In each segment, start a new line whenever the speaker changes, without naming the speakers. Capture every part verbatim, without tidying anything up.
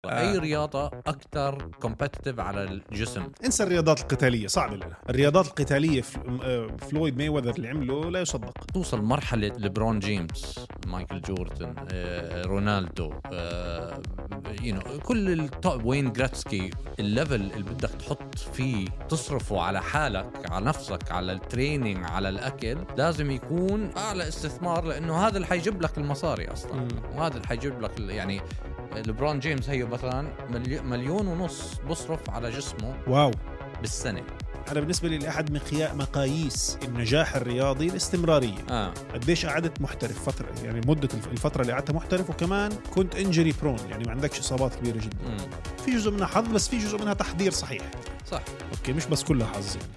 اي رياضه اكثر كومبتيتيف على الجسم.
انسى الرياضات القتاليه، صعبه لها. الرياضات القتاليه فلويد مايوذر اللي عمله لا يصدق.
توصل مرحله ليبرون جيمس، مايكل جوردن، رونالدو، يو نو كل التوب، وين جراتسكي. الليفل اللي بدك تحط فيه تصرفه على حالك، على نفسك، على التريننج، على الاكل، لازم يكون اعلى استثمار، لانه هذا اللي حيجيب لك المصاري اصلا. مم. وهذا اللي حيجيب لك يعني ليبرون جيمس هي مثلا مليون ونص بصرف على جسمه
واو
بالسنه.
أنا بالنسبة لي أحد مقاييس النجاح الرياضي الاستمرارية.
آه.
قديش قعدت محترف فترة، يعني مدة الفترة اللي قعدتها محترف، وكمان كنت انجري برون، يعني ما عندكش إصابات كبيرة جدا. مم. في جزء منها حظ، بس في جزء منها تحضير صحيح.
صح.
أوكي، مش بس كلها حظ يعني.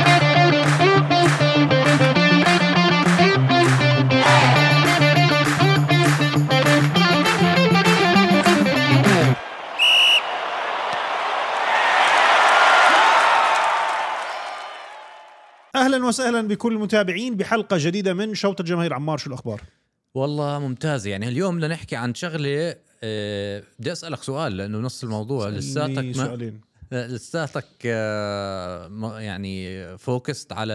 أهلا وسهلا بكل المتابعين بحلقة جديدة من شوط الجماهير. عمار، شو الأخبار؟
والله ممتاز. يعني اليوم بدنا نحكي عن شغلة. أه بدي أسألك سؤال لأنه نص الموضوع لساتك
سؤالين.
لساتك أه يعني فوكست على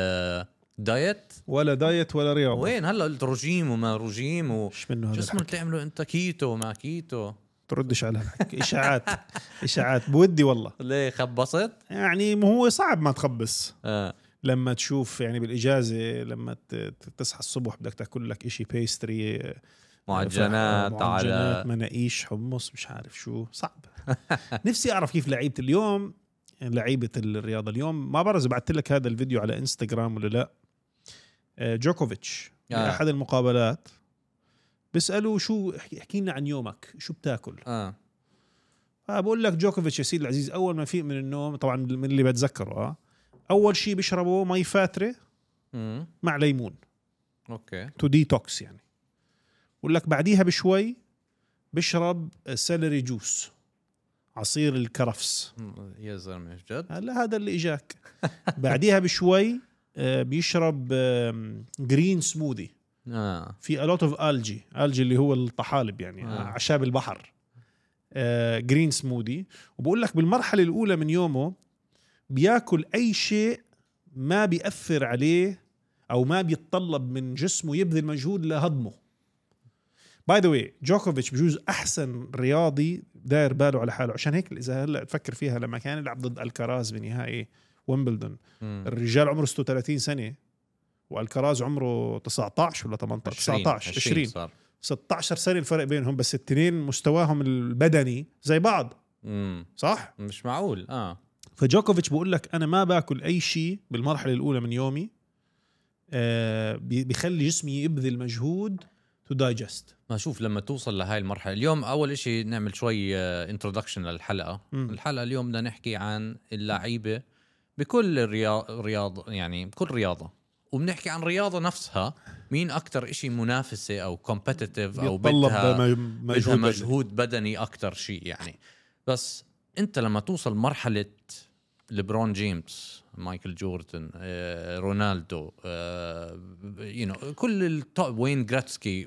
الدايت
ولا دايت ولا رياضة.
وين هلا قلت رجيم وما رجيم
وش منه هذا؟
شو اسمه تعملوا أنت كيتو وما كيتو؟
تردش على الحكي. إشاعات إشاعات بودي والله.
ليه خبصت؟
يعني ما هو صعب ما تخبص.
آه.
لما تشوف يعني بالإجازة، لما تصحى الصبح بدك تاكل لك إشي بيستري،
معجنات,
معجنات
على
مناقيش، حمص، مش عارف شو. صعب. نفسي أعرف كيف لعيبة اليوم، لعيبة الرياضة اليوم. ما بعرف إذا بعت لك هذا الفيديو على إنستغرام ولا لا. جوكوفيتش
آه.
بأحد المقابلات بيسألوا شو، احكي لنا عن يومك، شو بتاكل؟
آه.
فبقول لك جوكوفيتش يا سيدي العزيز، أول ما فيق من النوم، طبعا من اللي بتذكره، آه أول شيء بيشربوا مي فاترة
مم.
مع ليمون.
أوكي.
تو ديتوكس يعني. بقول لك بعديها بشوي بشرب سيلري جوس، عصير الكرفس.
يا زلمة جد؟
هلا هذا اللي إجاك. بعديها بشوي بيشرب جرين سموذي.
آه.
في a lot of algae algae اللي هو الطحالب يعني، آه. أعشاب البحر. جرين سموذي. وبقول لك بالمرحلة الأولى من يومه بياكل أي شيء ما بيأثر عليه أو ما بيتطلب من جسمه يبذل مجهود لهضمه. باي ذا واي، جوكوفيتش بجوز أحسن رياضي داير باله على حاله. عشان هيك إذا هلا تفكر فيها، لما كان يلعب ضد الكراز بنهائي ويمبلدون، الرجال عمره ستة وثلاثين سنة والكراز عمره تسعة عشر ولا ثمانية عشر تسعة عشر عشرين صار. ستة عشر سنة الفرق بينهم، بس التنين مستواهم البدني زي بعض.
مم.
صح؟
مش معقول. آه.
فجوكوفيتش بقول لك أنا ما باكل أي شيء بالمرحلة الأولى من يومي آه بيخلي جسمي يبذل مجهود to digest.
ما شوف لما توصل لهاي المرحلة اليوم، أول إشي نعمل شوي انترودكشن للحلقة. م. الحلقة اليوم بدنا نحكي عن اللعيبة بكل الرياضة، يعني بكل رياضة، وبنحكي عن رياضة نفسها، مين أكتر إشي منافسة أو competitive أو بدها مجهود, مجهود بدني أكتر شيء يعني. بس أنت لما توصل مرحلة ليبرون جيمس، مايكل جوردن، رونالدو، يو نو كل التوب، وين جراتسكي،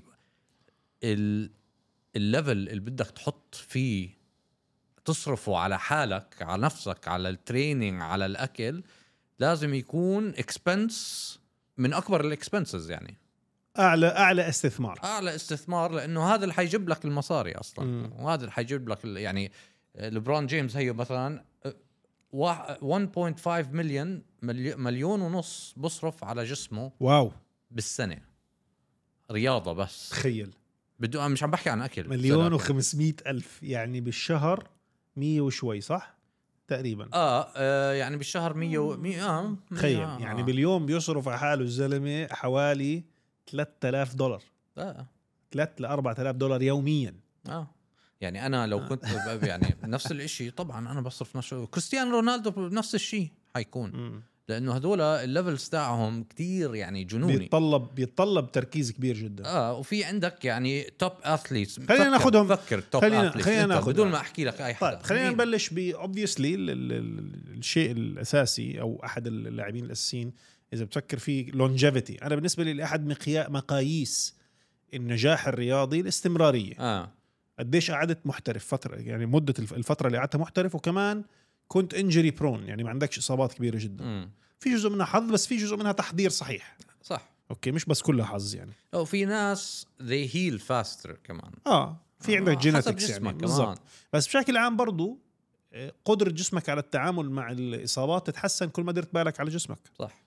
الليفل اللي بدك تحط فيه تصرفه على حالك، على نفسك، على التريننج، على الأكل، لازم يكون اكسبنس من أكبر الاكسبنسز، يعني
أعلى أعلى استثمار
أعلى استثمار، لأنه هذا اللي حيجيب لك المصاري أصلا. م. وهذا اللي حيجيب لك يعني ليبرون جيمس هي مثلا واحد فاصلة خمسة مليون مليون ونص بصرف على جسمه.
واو.
بالسنة رياضة بس.
تخيل.
بدو مش عم بحكي عن أكل.
مليون وخمسمية ألف يعني بالشهر مية وشوي، صح؟ تقريبا.
آه, آه يعني بالشهر مية و... مية آه
تخيل.
آه.
يعني باليوم بيصرف على حاله الزلمة حوالي ثلاثة آلاف دولار.
آه.
ثلاثة لأربعة آلاف دولار يوميا.
آه. يعني أنا لو كنت يعني نفس الإشي، طبعا أنا بصرف نفس. كريستيانو رونالدو نفس الشيء حيكون. م. لأنه هدول الليفلز تاعهم كتير يعني جنوني،
بيتطلب بيتطلب تركيز كبير جدا.
اه وفي عندك يعني توب اثليتس.
خلينا ناخذهم.
فكر توب اثليتس بدون ما احكي لك اي حدا.
طيب خلينا نبلش ب obviously الشيء الاساسي او احد اللاعبين الاساسيين اذا بتفكر فيه longevity. انا بالنسبه لي احد مقاييس النجاح الرياضي الاستمراريه.
اه
قديش قعدت محترف فترة، يعني مدة الفترة اللي قعدتها محترف، وكمان كنت انجري برون، يعني ما عندكش إصابات كبيرة جدا.
م.
في جزء منها حظ، بس في جزء منها تحضير صحيح.
صح.
أوكي، مش بس كلها حظ يعني.
أو في ناس they heal faster كمان.
آه في
آه.
عندك جيناتكس يعني
بالضبط.
بس بشكل عام برضو قدرة جسمك على التعامل مع الإصابات تتحسن كل ما درت بالك على جسمك.
صح.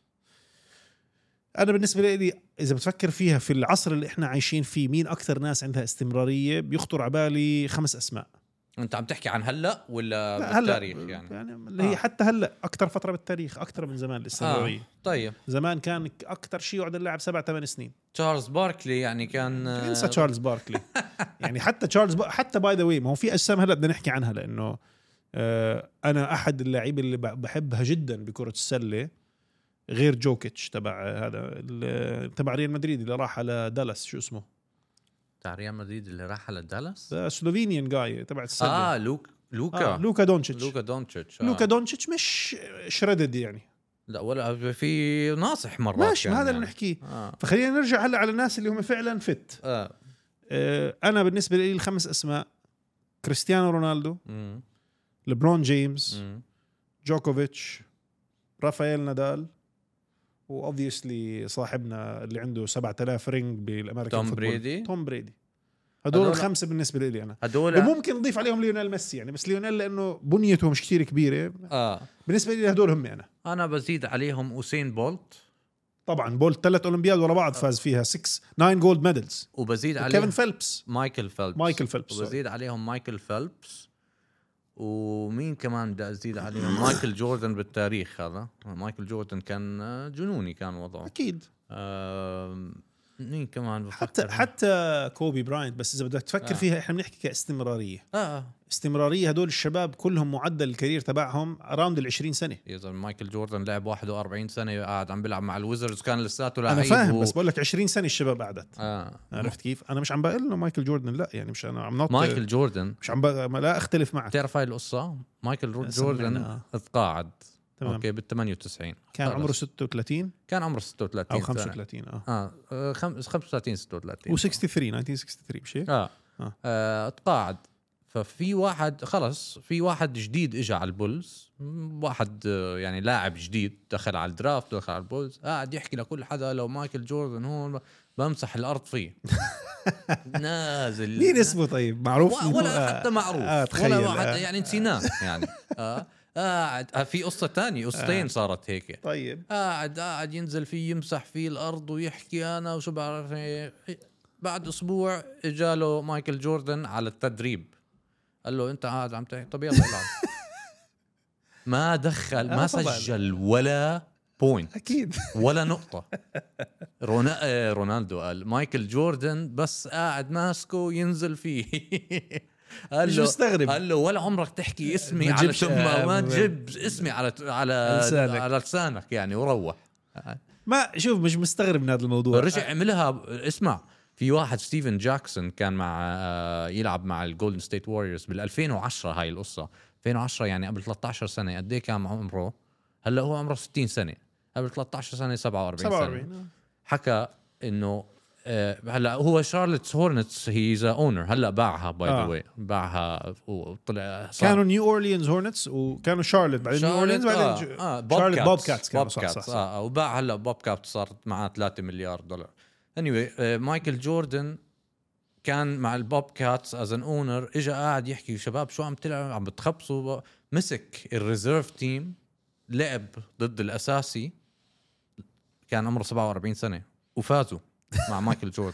أنا بالنسبة لي إذا بتفكر فيها في العصر اللي إحنا عايشين فيه، مين أكثر ناس عندها استمرارية؟ بيخطر عبالي خمس أسماء.
أنت عم تحكي عن هلأ ولا بالتاريخ؟
هلأ
يعني
يعني اللي هي
آه.
حتى هلأ أكثر فترة بالتاريخ، أكثر من زمان الاستمرارية.
آه. طيب
زمان كان أكثر شيء يقعد اللاعب سبع ثمان سنين.
تشارلز باركلي يعني كان
انسى تشارلز باركلي. يعني حتى تشارلز با... حتى باي ذا واي، ما هو في أجسام هلأ بدنا نحكي عنها، لأنه آه أنا أحد اللاعبين اللي بحبها جدا بكرة السلة غير جوكيتش تبع هذا تبع ريال مدريد اللي راح على دالاس، شو اسمه؟
تبع ريال مدريد اللي راح على دالاس؟
سلوفينيان جاي تبع السلة.
اه لوك لوكا
آه لوكا دونتشيتش.
لوكا دونتشيتش.
آه. لوكا دونتشيتش مش شردد يعني،
لا ولا في ناصح مرات.
ماشي، ما هذا
يعني.
اللي نحكيه.
آه.
فخلينا نرجع هلا على الناس اللي هم فعلا فت.
آه.
آه انا بالنسبه لي الخمس اسماء: كريستيانو رونالدو،
مم.
ليبرون جيمس،
مم.
جوكوفيتش، رافائيل نادال، وأوبفيسلي صاحبنا اللي عنده سبعة آلاف رينج بالأمريكان
توم
فوتبول،
بريدي.
توم بريدي. هدول
هدول
الخمسة بالنسبة لي أنا.
هدول
وممكن نضيف عليهم ليونيل ميسي يعني، بس ليونيل لأنه بنيته مش كتير كبيرة.
آه.
بالنسبة لي هدول هم أنا.
أنا بزيد عليهم أوسين بولت.
طبعا بولت ثلاث أولمبياد ورا بعض فاز فيها ستة تسعة جولد ميدالز.
وبزيد
كيفن
عليهم
فيلبس.
مايكل فيلبس.
مايكل فيلبس.
وبزيد عليهم مايكل فيلبس. ومين كمان بدي أزيد عليهم؟ مايكل جوردن بالتاريخ. هذا مايكل جوردن كان جنوني كان وضعه.
أكيد.
آه مين كمان
حتى حتى كوبي براينت. بس إذا بدك تفكر
آه.
فيها إحنا بنحكي كاستمرارية.
آه.
استمرارية. هدول الشباب كلهم معدل الكارير تبعهم أراوند العشرين سنة.
إذا مايكل جوردن لعب واحد وأربعين سنة قاعد عم بيلعب مع الويزردز، كان لساته لعيب.
أنا فاهم و...
و...
بس بقول لك عشرين سنة الشباب قعدت.
آه.
عرفت كيف؟ أنا مش عم بقول إنه مايكل جوردن لا، يعني مش أنا عم نط
مايكل جوردن
مش عم ب... لا أختلف معك.
تعرف هاي القصة؟ مايكل جوردن
آه.
اتقاعد
تمام.
اوكي بال ثمانية وتسعين.
كان عمره ستة وثلاثين
كان عمره ستة وثلاثين
أو خمسة وثلاثين.
اه, آه. خمسة وثلاثين ستة وثلاثين
و ثلاثة وستين ألف وتسعمية وستة وستين مش هيك؟
آه.
آه.
آه. اتقاعد. ففي واحد خلص في واحد جديد اجى على البولز، واحد يعني لاعب جديد دخل على الدرافت دخل على البولز، قاعد يحكي لكل حدا لو مايكل جوردن هون بمسح الارض فيه. نازل
مين اسمه طيب معروف؟
ولا حتى معروف.
آه
ولا
آه
واحد يعني نسيناه يعني. آه. قاعد آه في قصة تانية قصتين آه. صارت هيك.
طيب
قاعد قاعد ينزل فيه يمسح فيه الأرض ويحكي أنا وشو بعرف إيه. بعد أسبوع إجاله مايكل جوردن على التدريب، قال له أنت قاعد عم تحكي طب يلا العب. ما دخل ما سجل ولا بوينت
أكيد
ولا نقطة. رونا... رونالدو قال مايكل جوردن بس قاعد ماسكه ينزل فيه. قال له
مستغرب.
قال له ولا عمرك تحكي اسمي على ثم ما تجيب اسمي على على لسانك. على لسانك يعني وروح.
ما شوف مش مستغرب من هذا الموضوع.
رجع عملها. اسمع في واحد ستيفن جاكسون كان مع يلعب مع الجولدن ستيت واريورز بال ألفين وعشرة. هاي القصة ألفين وعشرة يعني قبل ثلاثة عشر سنة. قد ايه كان عمره؟ هلا هو عمره ستين سنة. قبل ثلاثة عشر سنة سبعة وأربعين سنة. حكى انه هلا هو شارلوت هورنتس هيز اونر هلا باعها باي ذا واي باعها وطلع
كانوا نيو اورليانز هورنتس وكانوا شارلوت بعدين نيو اورليانز بعدين
آه.
شارلوت بوب كاتس كانوا
بوب
صح,
كاتس.
صح, صح.
اه وباع هلا بوب كاتس صارت معاه ثلاثة مليار دولار. anyway آه مايكل جوردن كان مع البوب كاتس از ان اونر. اجى قاعد يحكي شباب شو عم تلعب عم بتخبصوا. مسك الريزيرف تيم لعب ضد الاساسي كان عمره سبعة وأربعين سنة وفازوا مع مايكل جوردن.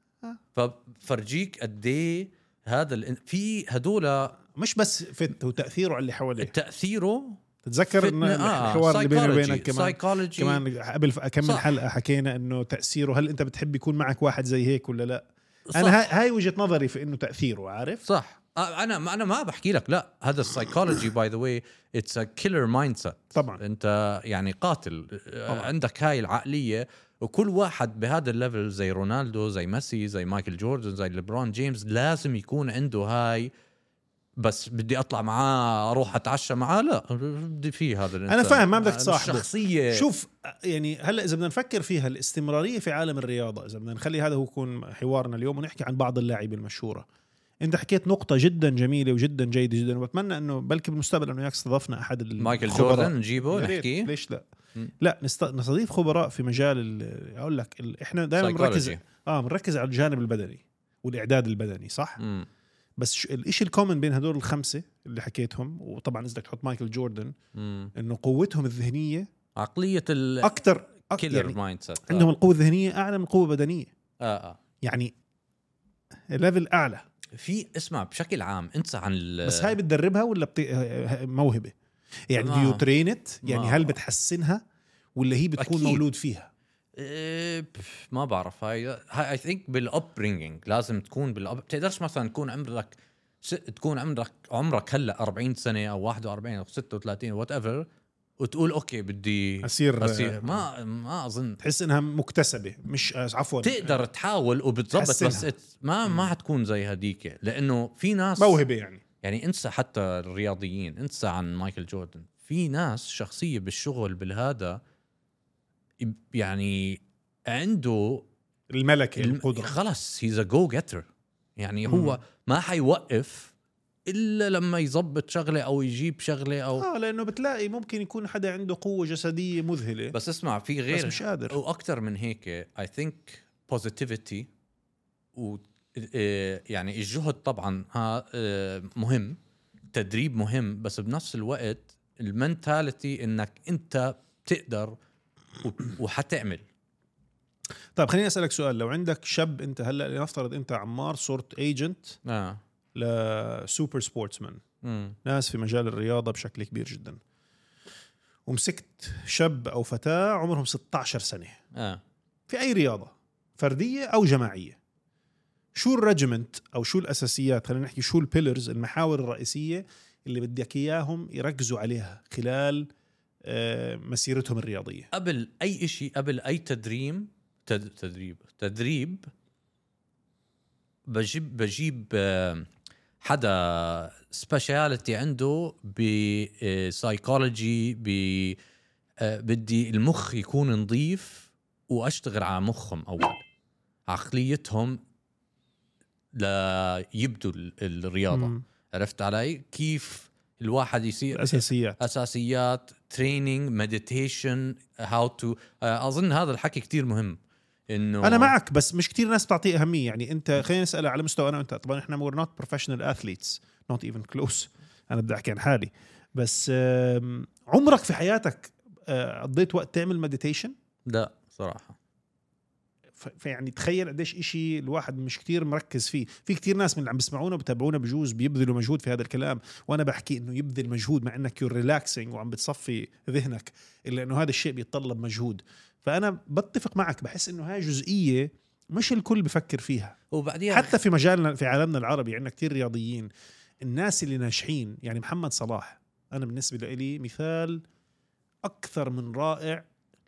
ففرجيك قد ايه هذا ال... في هدول
مش بس فت وتاثيره على اللي حواليه.
تاثيره
تتذكر ان
آه.
الحوار اللي بيني وبينك كمان
سايكولوجي.
كمان قبل كم من حلقه حكينا انه تاثيره. هل انت بتحب يكون معك واحد زي هيك ولا لا؟ صح. انا هاي, هاي وجهه نظري في انه تاثيره. عارف
صح. انا انا ما بحكي لك لا. هذا السايكولوجي باي ذا واي اتس ا كيلر مايند سيت.
طبعا
انت يعني قاتل. طبعا. عندك هاي العقليه. وكل واحد بهذا الليفل زي رونالدو زي ميسي زي مايكل جوردن زي ليبرون جيمس لازم يكون عنده هاي. بس بدي اطلع معاه اروح اتعشى معاه لا بدي فيه هذا الانسان.
انا فاهم ما بدك تصاحبه.
الشخصيه
شوف يعني هلا اذا بدنا نفكر فيها الاستمراريه في عالم الرياضه. اذا بدنا نخلي هذا هو يكون حوارنا اليوم ونحكي عن بعض اللاعبين المشهوره. انت حكيت نقطة جدا جميلة وجدا جيدة جدا، وبتمنى انه بلكي بالمستقبل انه ياك استضفنا احد
مايكل جوردن نجيبه
يا ريت،
نحكي.
ليش لا
م.
لا نست... نستضيف خبراء في مجال ال... اقول لك ال... احنا دائما بنركز اه بنركز على الجانب البدني والاعداد البدني صح.
م.
بس ش... الاشي الكومن بين هدول الخمسة اللي حكيتهم، وطبعا اذا بدك تحط مايكل جوردن،
م.
انه قوتهم الذهنية
عقلية ال
اكثر
كيلر يعني مايند سيت،
عندهم القوة الذهنية اعلى من القوة البدنية.
اه اه
يعني ليفل اعلى.
في اسمع بشكل عام انسى عن ال...
بس هاي بتدربها ولا بت... موهبة يعني
ما.
ديو ترينت يعني
ما.
هل بتحسنها ولا هي بتكون
أكيد.
مولود فيها؟
إيه ما بعرف. هاي هاي اي ثينك بالابرينجينج لازم تكون بالاب. بتقدرش مثلا تكون عمرك س... تكون عمرك عمرك هلا أربعين سنة او واحد وأربعين او ستة وثلاثين وات ايفر وتقول اوكي بدي
أصير,
أصير. ما ما اظن.
تحس انها مكتسبة مش عفوا
تقدر تحاول وبتضبط بس ما ما حتكون زي هديك لانه في ناس
موهبة يعني
يعني انسى حتى الرياضيين، انسى عن مايكل جوردن. في ناس شخصية بالشغل بالهذا يعني عنده
الملكة القدرة
خلص هيز ا جو جيتر يعني هو مم. ما حيوقف الا لما يزبط شغله او يجيب شغله او
اه لانه بتلاقي ممكن يكون حدا عنده قوه جسديه مذهله
بس اسمع في غير
بس مش قادر
واكثر من هيك. اي ثينك بوزيتيفيتي و يعني الجهد طبعا ها مهم، تدريب مهم، بس بنفس الوقت المنتاليتي انك انت بتقدر وحتعمل.
طيب خليني أسألك سؤال. لو عندك شاب انت هلا لنفترض انت عمار صرت ايجنت
اه
لسوبر سبورتسمان، ناس في مجال الرياضة بشكل كبير جدا، ومسكت شاب أو فتاة عمرهم ستة عشر سنة
آه.
في أي رياضة فردية أو جماعية، شو الرجمنت أو شو الأساسيات، خلينا نحكي شو البيلرز المحاور الرئيسية اللي بدك إياهم يركزوا عليها خلال مسيرتهم الرياضية
قبل أي إشي، قبل أي تدريب تدريب تدريب بجيب بجيب حدا سبيشاليتي عنده بسايكولوجي، ب بدي المخ يكون نظيف واشتغل على مخهم اول، عقليتهم لا يبدوا الرياضه. م. عرفت علي كيف الواحد يصير
اساسيات
اساسيات تريننج مديتيشن هاو تو. اظن هذا الحكي كتير مهم. انه
انا معك بس مش كتير ناس بتعطيه اهميه. يعني انت خلينا نسال على مستوى انا وانت، طبعا احنا we're not professional athletes not even close، انا بدي احكي عن حالي بس. عمرك في حياتك قضيت وقت تعمل مديتيشن؟
لا صراحه.
فيعني تخيل قديش إشي الواحد مش كتير مركز فيه. في كتير ناس من اللي عم بيسمعونا بتابعونا بجوز بيبذلوا مجهود في هذا الكلام، وانا بحكي انه يبذل مجهود مع انك يور ريلاكسينج وعم بتصفي ذهنك، الا انه هذا الشيء بيتطلب مجهود. فانا بتفق معك، بحس انه هاي جزئيه مش الكل بفكر فيها.
وبعدين
حتى في مجالنا في عالمنا العربي عندنا كتير رياضيين، الناس اللي ناجحين يعني محمد صلاح انا بالنسبه لي مثال اكثر من رائع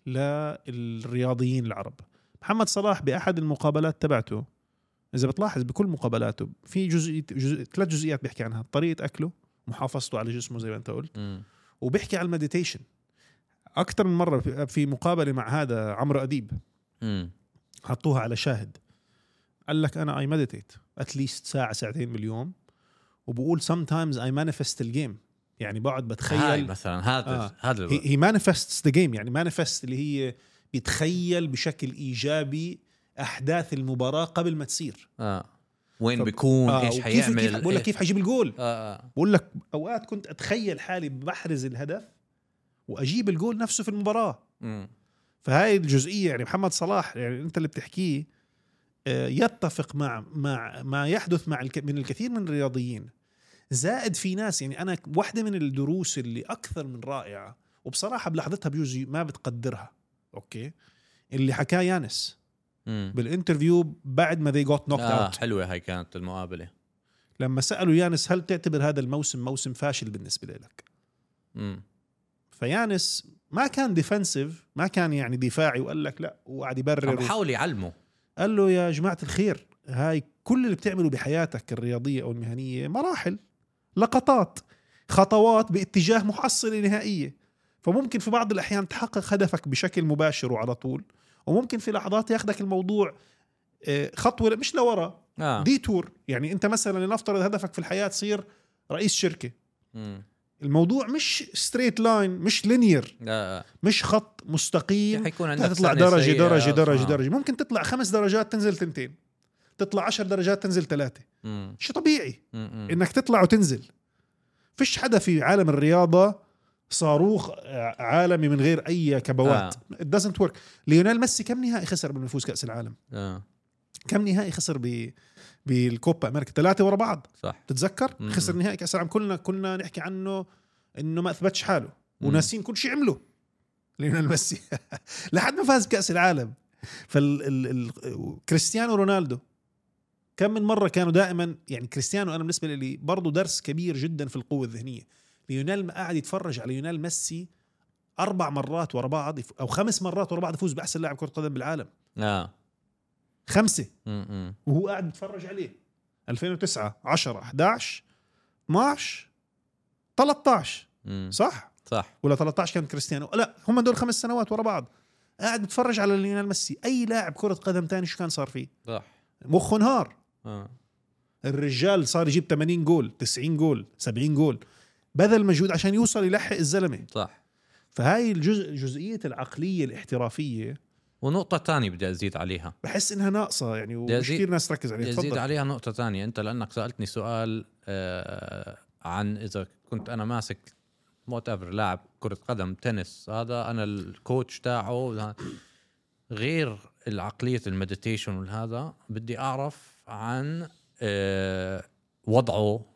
للرياضيين العرب. محمد صلاح بأحد المقابلات تبعته، إذا بتلاحظ بكل مقابلاته في جزء جزء ثلاث جزئيات بيحكي عنها: طريقة أكله، محافظته على جسمه زي ما أنت قلت، م. وبيحكي عن المديتيشن. أكثر من مرة في مقابلة مع هذا عمرو أديب م. حطوها على شاهد، قال لك أنا I meditate at least ساعة ساعتين باليوم، وبقول sometimes I manifest the game، يعني بقعد بتخيل
مثلا هذا آه. هذا
he, he manifests the game، يعني manifest اللي هي بيتخيل بشكل إيجابي أحداث المباراة قبل ما تصير.
آه. وين فب... بيكون آه. إيش حيعمل،
بقول لك كيف حيجيب الجول.
آه. آه.
بقول لك أوقات كنت أتخيل حالي بحرز الهدف وأجيب الجول نفسه في المباراة. م. فهاي الجزئية يعني محمد صلاح يعني أنت اللي بتحكيه آه يتفق مع مع ما يحدث مع الك... من الكثير من الرياضيين. زائد في ناس يعني أنا واحدة من الدروس اللي أكثر من رائعة وبصراحة بلحظتها بيوز ما بتقدرها، أوكي، اللي حكاه يانس مم. بالانترفيو بعد ما they got knocked
آه
out.
حلوة هاي كانت المقابلة،
لما سألوا يانس هل تعتبر هذا الموسم موسم فاشل بالنسبة لك؟ مم. فيانس ما كان ديفنسيف، ما كان يعني دفاعي وقال لك لا وقعد يبرر،
بحاول يعلمه.
قال له يا جماعة الخير، هاي كل اللي بتعمله بحياتك الرياضية أو المهنية مراحل، لقطات، خطوات باتجاه محصلة نهائية. فممكن في بعض الأحيان تحقق هدفك بشكل مباشر وعلى طول، وممكن في لحظات ياخدك الموضوع خطوة مش لورا
آه.
دي تور. يعني انت مثلا لنفترض هدفك في الحياه تصير رئيس شركه.
مم.
الموضوع مش ستريت لاين، مش لينير،
آه.
مش خط مستقيم
حيكون عندك
تطلع
سنة
درجه
سيئة
درجه درجه
آه.
درجه. ممكن تطلع خمس درجات تنزل تنتين، تطلع عشر درجات تنزل ثلاثه.
مم.
شيء طبيعي
مم.
انك تطلع وتنزل. فيش حدا في عالم الرياضه صاروخ عالمي من غير اي كبوات.
آه.
it doesn't work. ليونيل ميسي كم نهائي خسر قبل ما يفوز كاس العالم؟
آه.
كم نهائي خسر ب بالكوبا امريكا؟ ثلاثه ورا بعض.
صح.
تتذكر
مم.
خسر نهائي كاس العالم. كلنا كنا نحكي عنه انه ما اثبتش حاله وناسين كل شيء عمله ليونيل ميسي لحد ما فاز بكاس العالم. فالكريستيانو رونالدو كم من مره كانوا دائما يعني كريستيانو انا بالنسبه لي برضه درس كبير جدا في القوه الذهنيه. ليونيل قاعد يتفرج على ليونيل ميسي اربع مرات ورا بعض او خمس مرات ورا بعض يفوز باحسن لاعب كره قدم بالعالم.
آه.
خمسه.
مم.
وهو قاعد يتفرج عليه ألفين وتسعة عشرة أحد عشر اثنا عشر ثلاثة عشر.
مم.
صح
صح.
ولا ثلاثة عشر كان كريستيانو؟ لا هم دول خمس سنوات ورا بعض قاعد بتفرج على ليونيل ميسي. اي لاعب كره قدم تاني شو كان صار فيه؟
صح.
مخه انهار.
آه.
الرجال صار يجيب ثمانين جول تسعين جول سبعين جول، بذل مجهود عشان يوصل يلحق الزلمه.
صح.
فهاي الجزء جزئيه العقليه الاحترافيه.
ونقطة تانية بدي أزيد عليها،
بحس انها ناقصه يعني ومش كثير ناس تركز عليها.
أزيد
تفضل.
عليها نقطة تانية. أنت لأنك سألتني سؤال آه عن إذا كنت أنا ماسك موت أفر لاعب كرة قدم تنس، هذا أنا الكوتش تاعه، غير العقلية المديتيشن والهذا بدي أعرف عن آه وضعه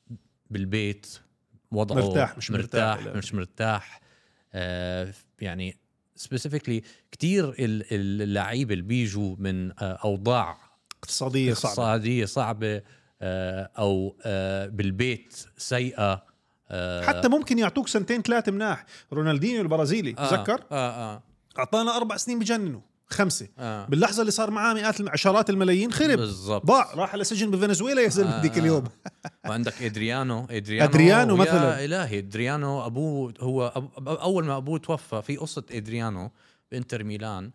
بالبيت، وضعه
مرتاح مش مرتاح,
مرتاح مش مرتاح. آه يعني سبيسيفيكلي كتير اللعيبة اللي بيجوا من آه أوضاع
اقتصادية صعبة,
اقتصادية صعبة آه أو آه بالبيت سيئة. آه
حتى ممكن يعطوك سنتين ثلاثة مناح. رونالدينيو البرازيلي
آه
تذكر
آه آه
أعطانا أربع سنين بجننوا خمسة
آه
باللحظة اللي صار معاه مئات عشرات الملايين خرب
بالضبط.
ضاع راح على سجن بفنزويلا يا زلمة
آه
ذيك اليوم.
وعندك إدريانو إدريانو,
أدريانو مثلا.
يا إلهي إدريانو أبوه هو أب... أول ما أبوه توفى في قصة إدريانو بإنتر ميلان.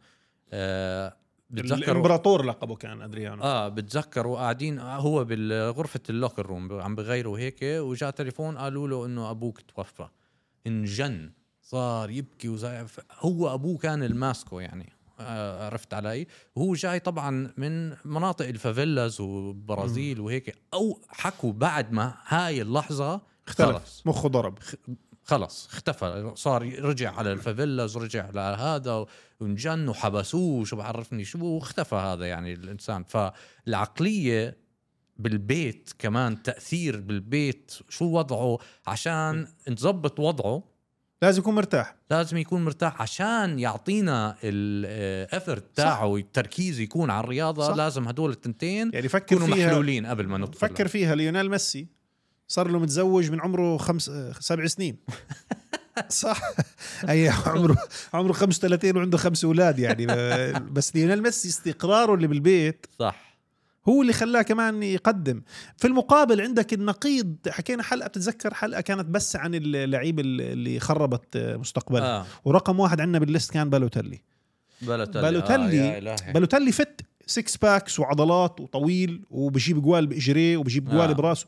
آه
الإمبراطور لقبه كان أدريانو.
آه بتذكروا قاعدين هو بالغرفة اللوكر روم عم بغيروا هيك، وجاء تليفون قالوا له إنه أبوك توفى. انجن صار يبكي وزايف. هو أبوه كان الماسكو يعني. آه عرفت علي؟ وهو جاي طبعا من مناطق الفافيلاز وبرازيل وهيك. أو حكوا بعد ما هاي اللحظة
اختلف مخه ضرب
خلص اختفى، صار رجع على الفافيلاز ورجع على هذا ونجن وحبسوه شو بعرفني شو، واختفى هذا يعني الإنسان. فالعقلية بالبيت كمان تأثير بالبيت شو وضعه، عشان نظبط وضعه
لازم يكون مرتاح.
لازم يكون مرتاح عشان يعطينا الافرت تاعه والتركيز يكون على الرياضة. صح. لازم هدول التنتين
يعني فكر
يكونوا
فيها
محلولين قبل ما ندخل.
فكر فيها ليونيل ميسي صار له متزوج من عمره خمس سبع سنين صح. أي عمره عمره خمسة وثلاثين وعنده خمس أولاد يعني. بس ليونيل ميسي استقراره اللي بالبيت
صح
هو اللي خلاه كمان يقدم. في المقابل عندك النقيض. حكينا حلقة بتتذكر حلقة كانت بس عن اللعيبة اللي خربت مستقبلها. آه. ورقم واحد عندنا بالليست كان بالوتيلي.
بالوتيلي
بالوتيلي, آه بالوتيلي فت سيكس باكس وعضلات وطويل وبجيب جوال بإجريه وبجيب جوال آه. براسه.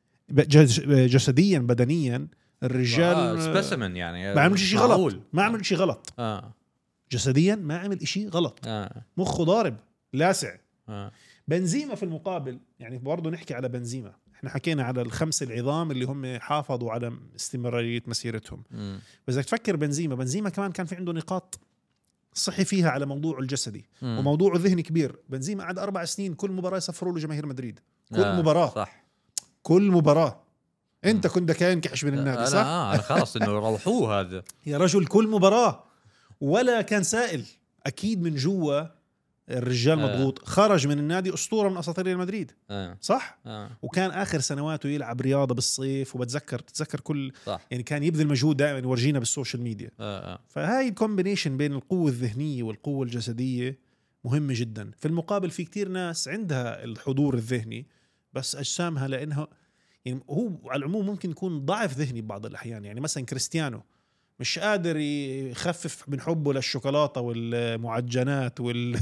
جسديا بدنيا الرجال
آه سبيسيمن يعني
ما عمل شيء غلط. ما عمل شيء غلط.
آه.
جسديا ما عمل شيء غلط.
آه.
مخه ضارب لاسع.
آه.
بنزيما في المقابل يعني برضو نحكي على بنزيما. احنا حكينا على الخمسة العظام اللي هم حافظوا على استمرارية مسيرتهم.
م.
بس إذا تفكر بنزيما بنزيما كمان كان في عنده نقاط صحي فيها على موضوع الجسدي م. وموضوع الذهني كبير. بنزيما قعد أربع سنين كل مباراة يسفروا له جماهير مدريد. كل آه. مباراة صح. كل مباراة انت كنت كاين كحش من النادي صح؟
اه انا خلاص انه روحوه هذا
يا رجل كل مباراة ولا كان سائل. اكيد من جوا الرجال آه. مضغوط. خرج من النادي أسطورة من أساطير ريال مدريد
آه.
صح؟
آه.
وكان آخر سنواته يلعب رياضة بالصيف. وبتذكر تتذكر كل
صح.
يعني كان يبذل مجهود دائما يورجينا بالسوشيال ميديا.
آه. آه.
فهاي الكومبينيشن بين القوة الذهنية والقوة الجسدية مهمة جدا. في المقابل في كتير ناس عندها الحضور الذهني بس أجسامها لأنها يعني هو على العموم ممكن يكون ضعف ذهني ببعض الأحيان. يعني مثلا كريستيانو مش قادر يخفف من حبه للشوكولاتة والمعجنات وال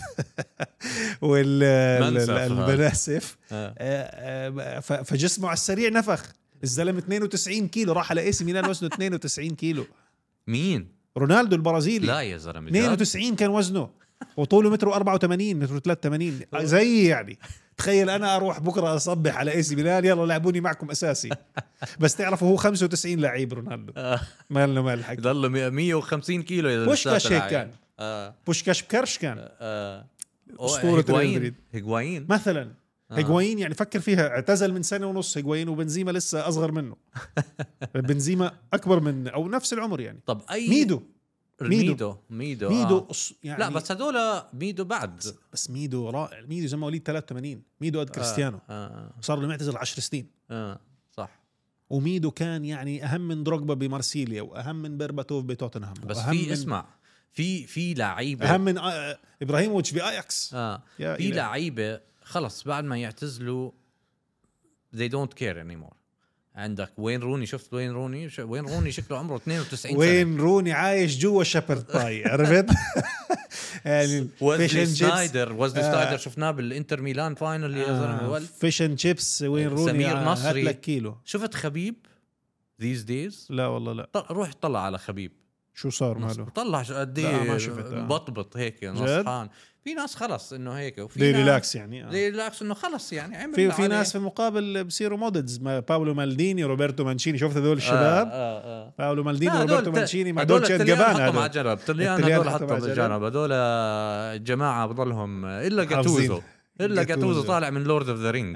والمناسف فجسمه على السريع نفخ. الزلمة اثنين وتسعين كيلو راح على اي سي ميلان وزنه اثنين وتسعين كيلو.
مين؟
رونالدو البرازيلي.
لا يا زلمة
اثنين وتسعين كان وزنه وطوله متر أربعة وثمانين متر ثلاثة وثمانين زي يعني. تخيل انا اروح بكره اصبح على اي سي ميلان يلا لعبوني معكم اساسي. بس تعرفوا هو خمسة وتسعين لعيب رونالدو. ما لنا مال الحكي.
ضل مية وخمسين كيلو يا
بوشكاش هيك كان.
آه.
بوشكاش بكرش كان.
آه.
اسطوره
هيغوايين هيغوايين
مثلا. آه. هيغوايين يعني فكر فيها اعتزل من سنه ونص هيغوايين وبنزيما لسه اصغر منه. بنزيما اكبر من او نفس العمر يعني.
طب اي
ميدو
ميدو ميدو ميدو,
ميدو
آه.
يعني
لا بس هذول ميدو بعد
بس, بس ميدو رائع. ميدو زي مواليد ثلاثة وثمانين. ميدو قد كريستيانو.
آه. آه.
صار له معتزل عشر سنين.
آه. صح.
وميدو كان يعني اهم من دروغبا بمارسيليا واهم من بيرباتوف بتوتنهام.
بس في اسمع في في لعيبه
اهم من آه ابراهيموفيتش باياكس.
اه في لعيبه خلص بعد ما يعتزلوا they don't care anymore. عندك وين روني. شفت وين روني؟ وين روني شكله عمره اثنين وتسعين سنة.
وين روني عايش جوا شابرتاي عرفت. يعني
وزلي سنايدر وزلي سنايدر شفناه بالانتر ميلان فاينل يا زلمه.
فيش اند شيبس. وين روني؟
سمير نصري.
لك كيلو.
شفت خبيب these days؟
لا والله لا.
روح طلع على خبيب
شو صار ماله.
طلع قد ايه بطبط هيك نصحان. في ناس خلص انه هيك وفي
دي ريلاكس يعني.
آه. دي ريلاكس انه خلص يعني عمل
في في ناس في المقابل بصيروا مودلز. ما باولو مالديني روبرتو مانشيني. شفت هذول الشباب.
آه آه آه.
باولو مالديني روبرتو مانشيني مع دولتشي
جابانا
هذول
مع جنب. طليان هذول حطوا بالجنب. هذول الجماعه بضلهم الا جاتوزو. الا جاتوزو طالع من لورد اوف ذا رينجز.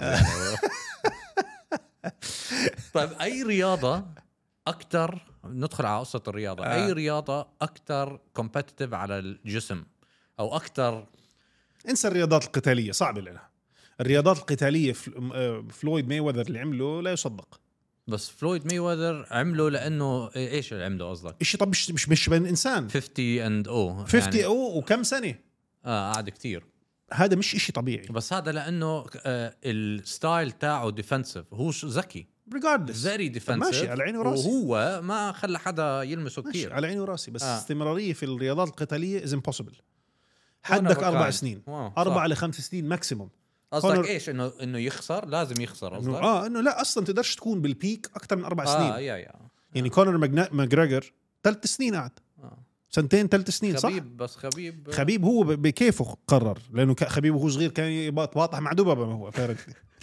طيب اي رياضه اكثر ندخل على قصه الرياضه. آه. اي رياضه اكثر كومبيتيتيف على الجسم او اكثر.
انسى الرياضات القتاليه صعبه لنا. الرياضات القتاليه فلويد مايوذر اللي عمله لا يصدق.
بس فلويد مايوذر عمله لانه ايش اللي عمله قصدك؟
شيء طب مش مش مش بين انسان
خمسين اند او
خمسين يعني. او وكم سنه
اه قاعد كتير.
هذا مش إشي طبيعي.
بس هذا لانه آه الستايل تاعه ديفنسيف. هو ذكي
regardless
very defensive.
ماشي على عيني وراسي.
وهو ما خلى حدا يلمسه كتير.
على عيني وراسي. بس
آه.
استمرارية في الرياضات القتالية is impossible. حدك أربع سنين. أربع لخمس سنين ماكسيموم.
قصدك إيش إنه إنه يخسر لازم يخسر قصدك؟
آه إنه لا أصلاً تقدرش تكون بالبيك أكتر من أربع
آه
سنين.
يا يا.
يعني كونر ماجريجر ثلاث سنين قعد.
آه.
سنتين ثلاث سنين صح.
خبيب بس خبيب
خبيب هو بكيفه قرر لأنه خبيب وهو صغير كان يباطح مع دبابة. ما هو فارق.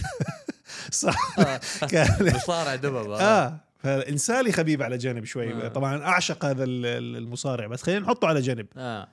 صح.
كان مصارع دبابة.
آه فإنسالي خبيب على جانب شوي. آه. طبعا أعشق هذا المصارع بس خلينا نحطه على جانب.
آه.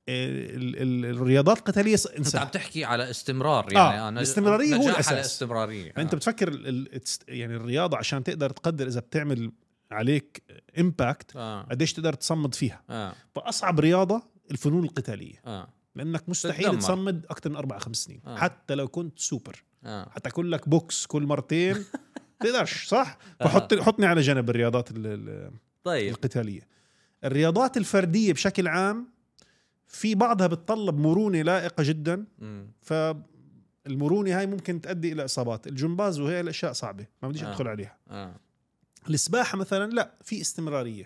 ال ال الرياضات القتالية
انت عم تحكي على استمرار يعني.
آه. الاستمرارية هو الأساس.
الاستمرارية.
آه. انت بتفكر ال يعني الرياضة عشان تقدر تقدر إذا بتعمل عليك امباكت
آه.
قديش تقدر تصمد فيها.
آه.
فأصعب رياضة الفنون القتالية.
آه.
لأنك مستحيل تدمر. تصمد أكثر من أربع خمس سنين. آه. حتى لو كنت سوبر.
آه.
حتى أقول لك بوكس كل مرتين تقدرش صح. فحط حطني على جنب الرياضات
طيب.
القتالية. الرياضات الفردية بشكل عام في بعضها بتطلب مرونة لائقة جدا. فالمرونة هاي ممكن تؤدي إلى إصابات. الجمباز وهي الأشياء صعبة ما بديش أدخل
آه.
عليها.
آه.
السباحة مثلا لا في استمرارية.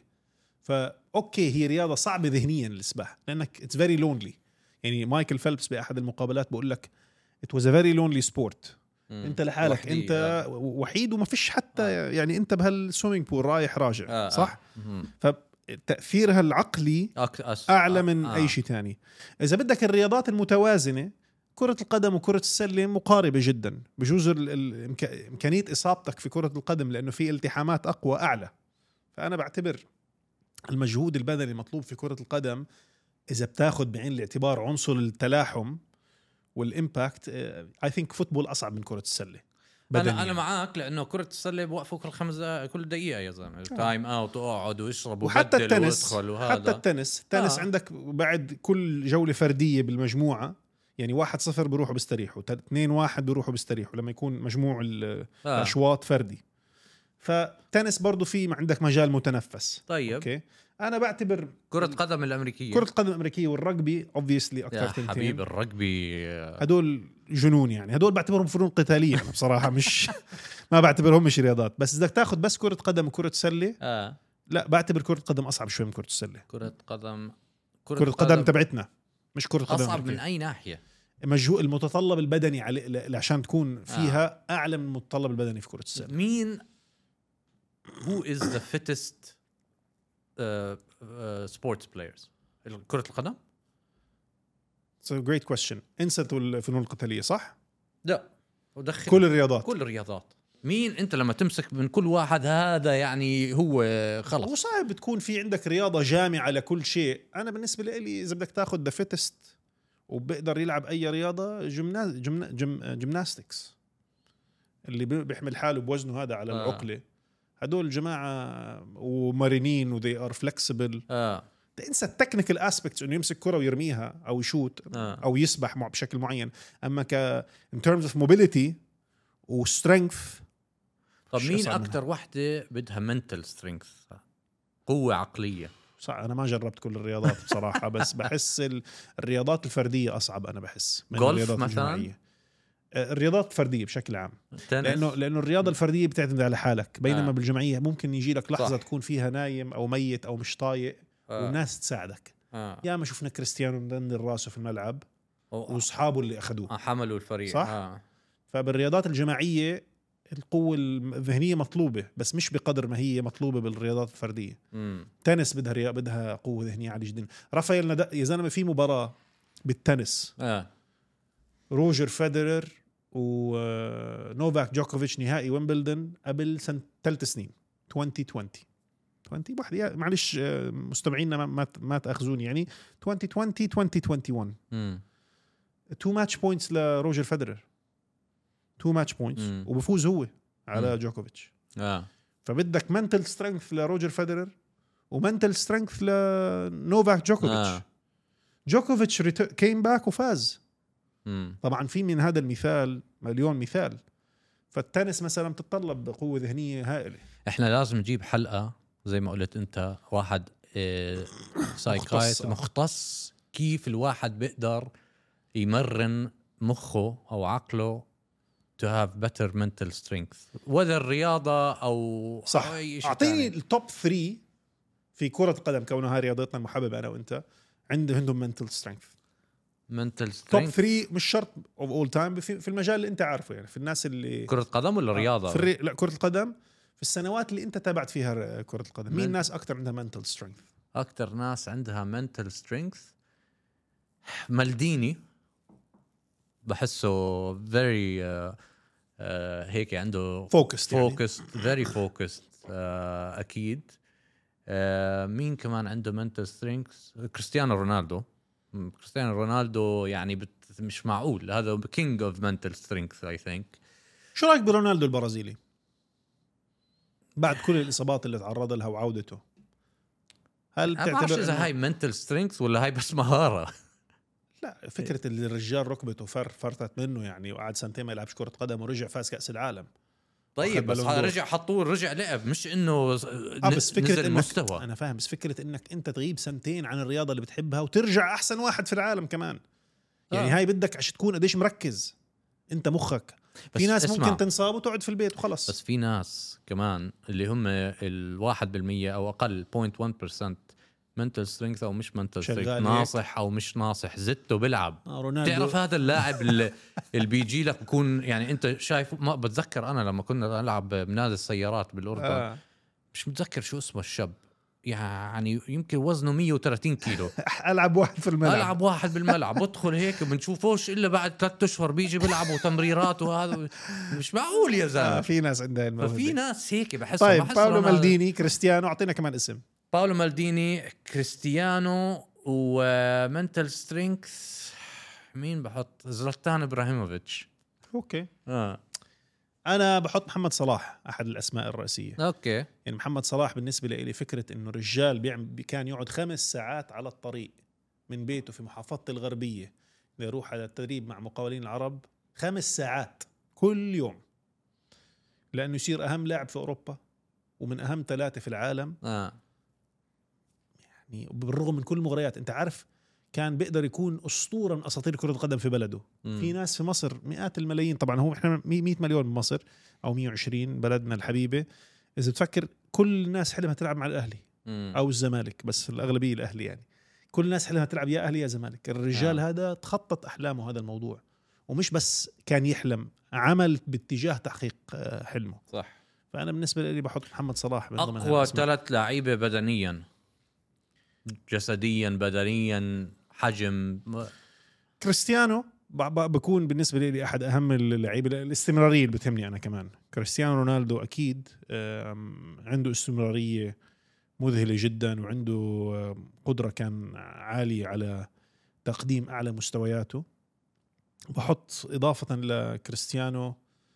فأوكي هي رياضة صعبة ذهنيا السباحة لأنك it's very lonely. يعني مايكل فيلبس بأحد المقابلات بقول لك it was a very lonely sport. مم. أنت لحالك أنت آه. وحيد وما فيش حتى آه. يعني أنت بهالسويمينج بول رايح راجع. آه. صح؟ آه. فتأثيرها العقلي أعلى من آه. أي شيء تاني. إذا بدك الرياضات المتوازنة كرة القدم وكرة السلة مقاربة جدا. بجوز إمكانية إصابتك في كرة القدم لأنه في التحامات أقوى أعلى. فأنا بعتبر المجهود البدني المطلوب في كرة القدم إذا بتاخد بعين الاعتبار عنصر التلاحم والإمباكت I think فوتبول أصعب من كرة السلة.
أنا أنا معاك لأنه كرة السلة بوقفوا كل خمس كل دقيقة يا زلمة. تايم أوت وقعد ويشرب
وحتى التنس
وهذا.
حتى التنس التنس آه. عندك بعد كل جولة فردية بالمجموعة يعني واحد صفر بيروحوا بيستريحوا اثنين واحد بيروحوا بيستريحوا لما يكون مجموع الأشواط آه. فردي. فتنس برضو في عندك مجال متنفس.
طيب
أوكي. أنا بعتبر
كرة قدم الأمريكية
كرة قدم الأمريكية والرجبي obviously أكثر تنتين.
حبيب الرجبي
هدول جنون يعني. هدول بعتبرهم فنون قتالية أنا بصراحة مش ما بعتبرهم مش رياضات. بس إذا تاخد بس كرة قدم وكرة سلة
آه.
لا بعتبر كرة القدم أصعب شوي من كرة السلة.
كرة قدم
كرة, كرة القدم تبعتنا مش كرة قدم
أصعب من أي ناحية؟
مجهود المتطلب البدني على عشان تكون فيها آه. أعلى من المتطلب البدني في كرة السلة.
مين who is the fittest uh, uh, sports players؟ كرة القدم؟
It's a great question. انسى الفنون القتالية صح؟
لا ودخل
كل الرياضات.
كل الرياضات. مين انت لما تمسك من كل واحد هذا يعني هو خلص.
وصعب تكون في عندك رياضة جامعة لكل شيء. أنا بالنسبة لي إذا بدك تاخد the fittest وبقدر يلعب أي رياضة جمنا... جمنا... جم... جمناستكس اللي بيحمل حاله بوزنه هذا على آه. العقلة. هدول جماعة ومارينين و they are flexible.
آه.
انسى التكنيكال اسبكتس انه يمسك كرة ويرميها او يشوت آه. او يسبح مع بشكل معين. اما ك in terms of mobility و strength.
طب مين اكتر وحدة بدها mental strength قوة عقلية؟
صح انا ما جربت كل الرياضات بصراحة بس بحس الرياضات الفردية اصعب. انا بحس
من الرياضات الجماعية.
الرياضات الفردية بشكل عام لانه لانه الرياضة الفردية بتعتمد على حالك بينما آه. بالجماعية ممكن يجي لك لحظة صح. تكون فيها نايم او ميت او مش طايق آه. والناس تساعدك. آه. يا ما شفنا كريستيانو مدندر راسه في الملعب واصحابه اللي اخذوه
آه حملوا الفريق
صح.
آه.
فبالرياضات الجماعيه القوه الذهنيه مطلوبه بس مش بقدر ما هي مطلوبه بالرياضات الفرديه.
مم.
تنس بدها رياضة بدها قوه ذهنيه عاليه جدا. رافائيل نادال يا زلمه في مباراه بالتنس
آه.
روجر فيدرر ونوفاك جوكوفيتش نهائي ويمبلدون قبل سنه ثلاث سنين ألفين وعشرين عشرين واحد معلش مستمعينا ما ما تاخذوني يعني ألفين وعشرين ألفين وواحد وعشرين
امم
تو ماتش بوينتس لروجر فيدرر تو ماتش بوينتس وبفوز هو على مم. جوكوفيتش.
اه
فبدك منتل سترينث لروجر فيدرر ومنتل سترينث لنوفاك جوكوفيتش. آه. جوكوفيتش كيم باك وفاز.
مم.
طبعا في من هذا المثال مليون مثال. فالتنس مثلا بتتطلب قوه ذهنيه هائله.
احنا لازم نجيب حلقه زي ما قلت انت واحد إيه سايكايت مختص كيف الواحد بيقدر يمرن مخه او عقله to have better mental strength وذا الرياضة او
صح. اعطيني التوب ثري في كرة القدم كونها رياضتنا المحببة انا وانت عنده عندهم mental strength.
mental strength
توب ثري مش شرط of all time في المجال اللي انت عارفه يعني في الناس اللي
كرة قدم ولا رياضة؟
في الري... لا كرة القدم في السنوات اللي انت تابعت فيها كرة القدم مين الناس اكثر عندها mental strength؟
اكثر ناس عندها mental strength مالديني بحسه very uh, uh, هيك عنده
focused
focused يعني. very focused uh, اكيد. uh, مين كمان عنده mental strength؟ كريستيانو رونالدو. كريستيانو رونالدو يعني بت... مش معقول هذا king of mental strength I think.
شو رايك برونالدو البرازيلي بعد كل الإصابات اللي تعرض لها وعودته؟ هل
تعتبر إذا هاي mental strength ولا هاي بس مهارة؟
لا فكرة اللي الرجال ركبته فر فرطت منه يعني وقعد سنتين ما يلعبش كرة قدم ورجع فاز كأس العالم.
طيب بس رجع حطوه رجع لعب مش إنه
آه بس فكرة
نزل مستوى.
أنا فاهم بس فكرة إنك أنت تغيب سنتين عن الرياضة اللي بتحبها وترجع أحسن واحد في العالم كمان يعني آه. هاي بدك عشان تكون قديش مركز أنت مخك. في ناس اسمع. ممكن تنصاب وتقعد في البيت وخلص.
بس في ناس كمان اللي هم الواحد بالمية أو أقل بوينت وان برسنت mental strength أو مش mental strength ناصح أو مش ناصح زته بلعب.
آه
تعرف هذا اللاعب اللي, اللي بيجي لك يكون يعني أنت شايف ما بتذكر أنا لما كنا نلعب بنادي السيارات بالأردن آه. مش متذكر شو اسمه الشاب يعني يمكن وزنه مية وثلاثين كيلو.
ألعب واحد في الملعب
ألعب واحد بالملعب بدخل هيك بنشوفوش إلا بعد ثلاثة أشهر بيجي بيلعب وتمريرات وهذا مش معقول يا زلمة.
آه في ناس عندها الموهبة.
ففي ناس هيك بحس.
طيب باولو مالديني كريستيانو أعطينا كمان اسم.
باولو مالديني كريستيانو ومنتل سترينكس مين بحط؟ زلاتان إبراهيموفيتش.
أوكي.
آه.
أنا بحط محمد صلاح أحد الأسماء الرئيسية.
أوكي.
يعني محمد صلاح بالنسبة لي فكرة إنه رجال بيعمل كان يقعد خمس ساعات على الطريق من بيته في محافظة الغربية ليروح على التدريب مع مقاولين العرب خمس ساعات كل يوم لأنه يصير أهم لاعب في أوروبا ومن أهم ثلاثة في العالم.
آه.
يعني بالرغم من كل المغريات أنت عارف كان بيقدر يكون أسطورة من أساطير كرة القدم في بلده. م. في ناس في مصر مئات الملايين طبعا هو إحنا مئة مليون بمصر أو مئة وعشرين بلدنا الحبيبة اذا بتفكر كل الناس حلمها تلعب مع الاهلي
مم.
او الزمالك، بس الاغلبيه الاهلي يعني. كل الناس حلمها تلعب يا اهلي يا زمالك. الرجال
آه.
هذا تخطط احلامه هذا الموضوع، ومش بس كان يحلم، عمل باتجاه تحقيق حلمه.
صح.
فانا بالنسبه لي بحط محمد صلاح من ضمن
اقوى ثلاث لعيبه بدنيا، جسديا بدنيا حجم.
كريستيانو بكون بالنسبه لي احد اهم اللعيبه. الاستمراريه اللي بتهمني انا كمان. كريستيانو رونالدو اكيد عنده استمراريه مذهله جدا، وعنده قدره كان عاليه على تقديم اعلى مستوياته. بحط اضافه لكريستيانو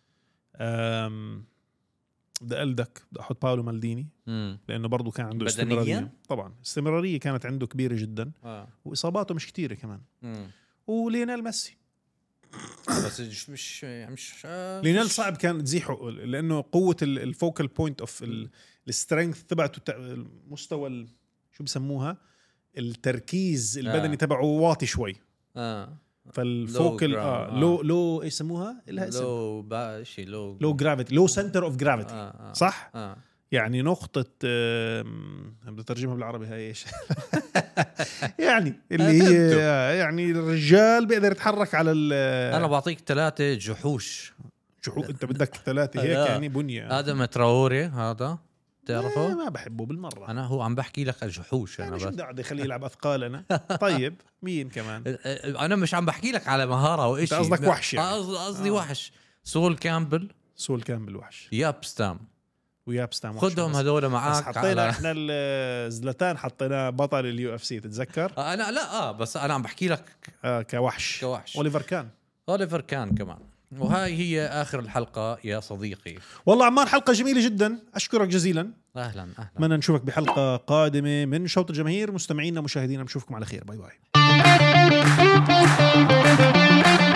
بدي ألدك بدي أحط باولو مالديني،
مم.
لأنه برضو كان عنده
بدنياً؟
استمرارية. طبعا استمرارية كانت عنده كبيرة جدا.
آه.
وإصاباته مش كتيرة كمان.
مم.
وليونيل ميسي
بس مش مش مش آه
ليونيل
مش
صعب كان تزيحه، لأنه قوة الفوكال بوينت أوف السترينث تبعته، المستوى شو بسموها، التركيز البدني
آه.
تبعه واطي شوي.
آه.
فالفوكل آه.
آه.
لو لو ايش يسموها؟
لو با شيء لو
لو جرافيتي، لو سنتر اوف جرافيتي.
آه. آه.
صح؟
آه.
يعني نقطة بدي أترجمها بالعربي هاي إيش؟ يعني اللي هي يعني الرجال بيقدر يتحرك على ال.
أنا بعطيك ثلاثة جحوش.
جحوش أنت بدك ثلاثة هيك يعني بنية.
آدم تراوري هذا تعرفه؟
ما بحبه بالمرة.
أنا هو عم بحكي لك الجحوش. أنا
بس
بس
بدي خليه يلعب أثقال. أنا طيب مين كمان؟
أنا مش عم بحكي لك على مهارة أو إشي.
قصدك وحش يعني.
قصدي آه. وحش. سول كامبل.
سول كامبل وحش.
يابستام
ويابستام
خدهم هذول معاك.
حطينا على... احنا الزلتان حطيناه بطل اليو اف سي تتذكر.
آه انا لا اه بس انا عم بحكي لك
آه كوحش.
كوحش.
اوليفر كان
اوليفر كان كمان. وهاي هي اخر الحلقه يا صديقي.
والله عمان حلقه جميله جدا، اشكرك جزيلا.
اهلا اهلا.
اتمنى نشوفك بحلقه قادمه من شوط الجماهير. مستمعينا مشاهدينا بنشوفكم على خير. باي باي.